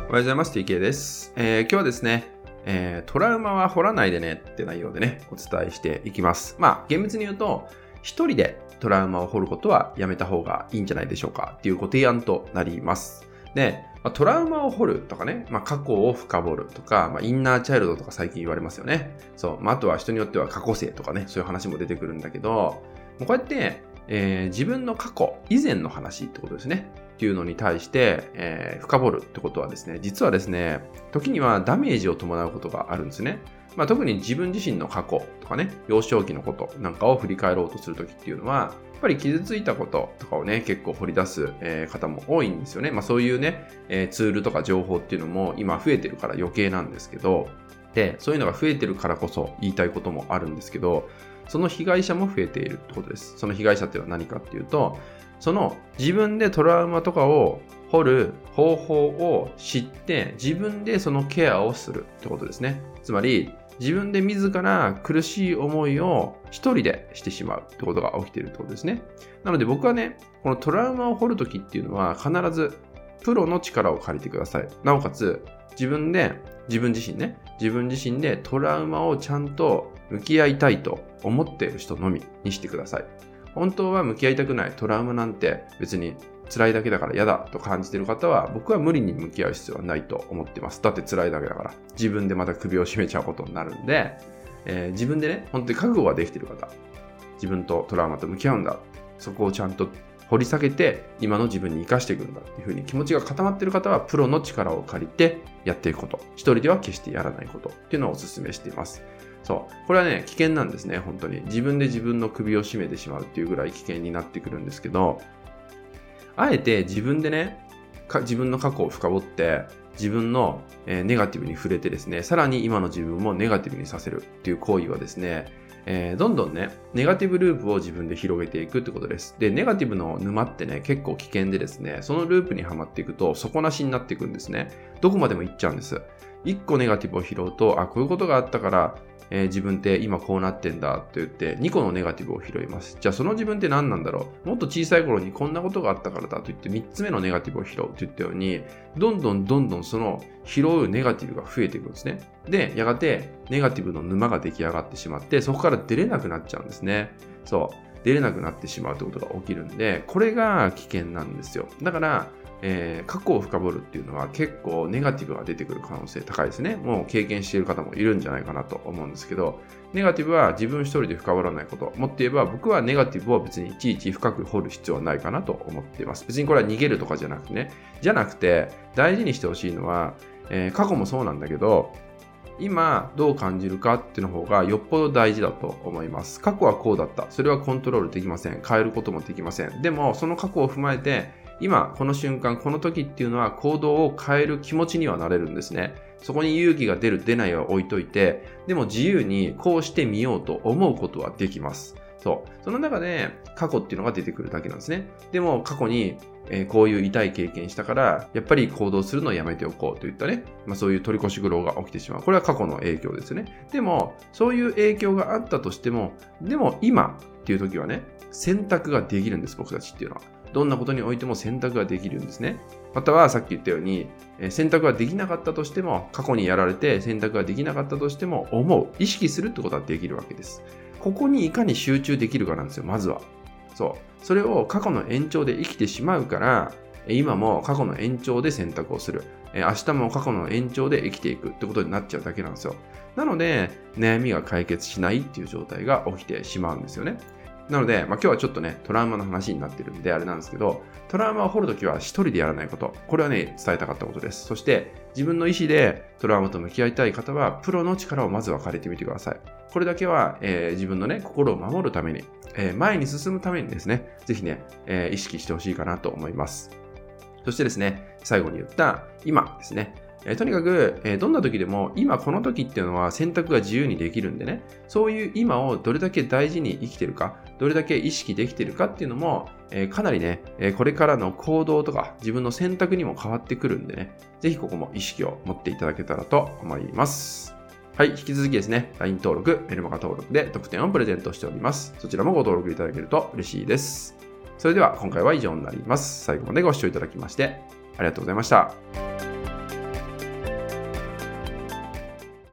おはようございます。TK です。今日はですね、トラウマは掘らないでねって内容でね、お伝えしていきます。厳密に言うと、一人でトラウマを掘ることはやめた方がいいんじゃないでしょうかっていうご提案となります。で、トラウマを掘るとかね、過去を深掘るとか、インナーチャイルドとか最近言われますよね。そう。あとは人によっては過去性とかね、そういう話も出てくるんだけど、もうこうやって、自分の過去、以前の話ってことですね。っていうのに対して、深掘るってことはですね、実はですね、時にはダメージを伴うことがあるんですね。特に自分自身の過去とかね、幼少期のことなんかを振り返ろうとするときっていうのは、やっぱり傷ついたこととかをね、結構掘り出す、方も多いんですよね。そういうね、ツールとか情報っていうのも今増えてるから余計なんですけど、で、そういうのが増えてるからこそ言いたいこともあるんですけど、その被害者も増えているってことです。その被害者っていうのは何かっていうと、その自分でトラウマとかを掘る方法を知って自分でそのケアをするってことですね。つまり自分で自ら苦しい思いを一人でしてしまうってことが起きているってことですね。なので僕はね、このトラウマを掘るときっていうのは必ずプロの力を借りてください。なおかつ自分自身でトラウマをちゃんと向き合いたいと思っている人のみにしてください。本当は向き合いたくないトラウマなんて別に辛いだけだから嫌だと感じている方は僕は無理に向き合う必要はないと思っています。だって辛いだけだから自分でまた首を絞めちゃうことになるんで、自分でね、本当に覚悟ができている方、自分とトラウマと向き合うんだ、そこをちゃんと掘り下げて今の自分に生かしていくんだっていうふうに気持ちが固まっている方はプロの力を借りてやっていくこと、一人では決してやらないことっていうのをお勧めしています。そう。これはね、危険なんですね、本当に。自分で自分の首を絞めてしまうっていうぐらい危険になってくるんですけど、あえて自分でね、自分の過去を深掘って、自分のネガティブに触れてですね、さらに今の自分もネガティブにさせるっていう行為はですね、どんどんね、ネガティブループを自分で広げていくってことです。で、ネガティブの沼ってね、結構危険でですね、そのループにはまっていくと底なしになっていくんですね。どこまでも行っちゃうんです。1個ネガティブを拾うと、こういうことがあったから、自分って今こうなってんだって言って2個のネガティブを拾います。じゃあその自分って何なんだろう、もっと小さい頃にこんなことがあったからだと言って3つ目のネガティブを拾うって言ったように、どんどんその拾うネガティブが増えていくんですね。で、やがてネガティブの沼が出来上がってしまって、そこから出れなくなっちゃうんですね。そう。出れなくなってしまうということが起きるんで、これが危険なんですよ。だから、過去を深掘るっていうのは結構ネガティブが出てくる可能性高いですね。もう経験している方もいるんじゃないかなと思うんですけど、ネガティブは自分一人で深掘らないこと。もっと言えば僕はネガティブを別にいちいち深く掘る必要はないかなと思っています。別にこれは逃げるとかじゃなくてね。じゃなくて大事にしてほしいのは、過去もそうなんだけど、今どう感じるかっていうの方がよっぽど大事だと思います。過去はこうだった。それはコントロールできません。変えることもできません。でもその過去を踏まえて今この瞬間この時っていうのは行動を変える気持ちにはなれるんですね。そこに勇気が出る出ないは置いといて、でも自由にこうしてみようと思うことはできます。その中で過去っていうのが出てくるだけなんですね。でも過去にこういう痛い経験したからやっぱり行動するのをやめておこうといったね、そういう取り越し苦労が起きてしまう。これは過去の影響ですよね。でもそういう影響があったとしても、でも今っていう時はね、選択ができるんです。僕たちっていうのはどんなことにおいても選択ができるんですね。またはさっき言ったように選択ができなかったとしても、過去にやられて選択ができなかったとしても意識するってことはできるわけです。ここにいかに集中できるかなんですよ、まずは。それを過去の延長で生きてしまうから、今も過去の延長で選択をする。明日も過去の延長で生きていくってことになっちゃうだけなんですよ。なので、悩みが解決しないっていう状態が起きてしまうんですよね。なので、今日はちょっとね、トラウマの話になってるんであれなんですけど、トラウマを掘るときは一人でやらないこと。これはね、伝えたかったことです。そして、自分の意思でトラウマと向き合いたい方は、プロの力をまずは借りてみてください。これだけは、自分のね、心を守るために、前に進むためにですね、ぜひね、意識してほしいかなと思います。そしてですね、最後に言った今ですね。とにかく、どんな時でも今この時っていうのは選択が自由にできるんでね、そういう今をどれだけ大事に生きてるか、どれだけ意識できてるかっていうのも、かなりね、これからの行動とか自分の選択にも変わってくるんでね、ぜひここも意識を持っていただけたらと思います。はい、引き続きですね、LINE 登録、メルマガ登録で特典をプレゼントしております。そちらもご登録いただけると嬉しいです。それでは今回は以上になります。最後までご視聴いただきましてありがとうございました。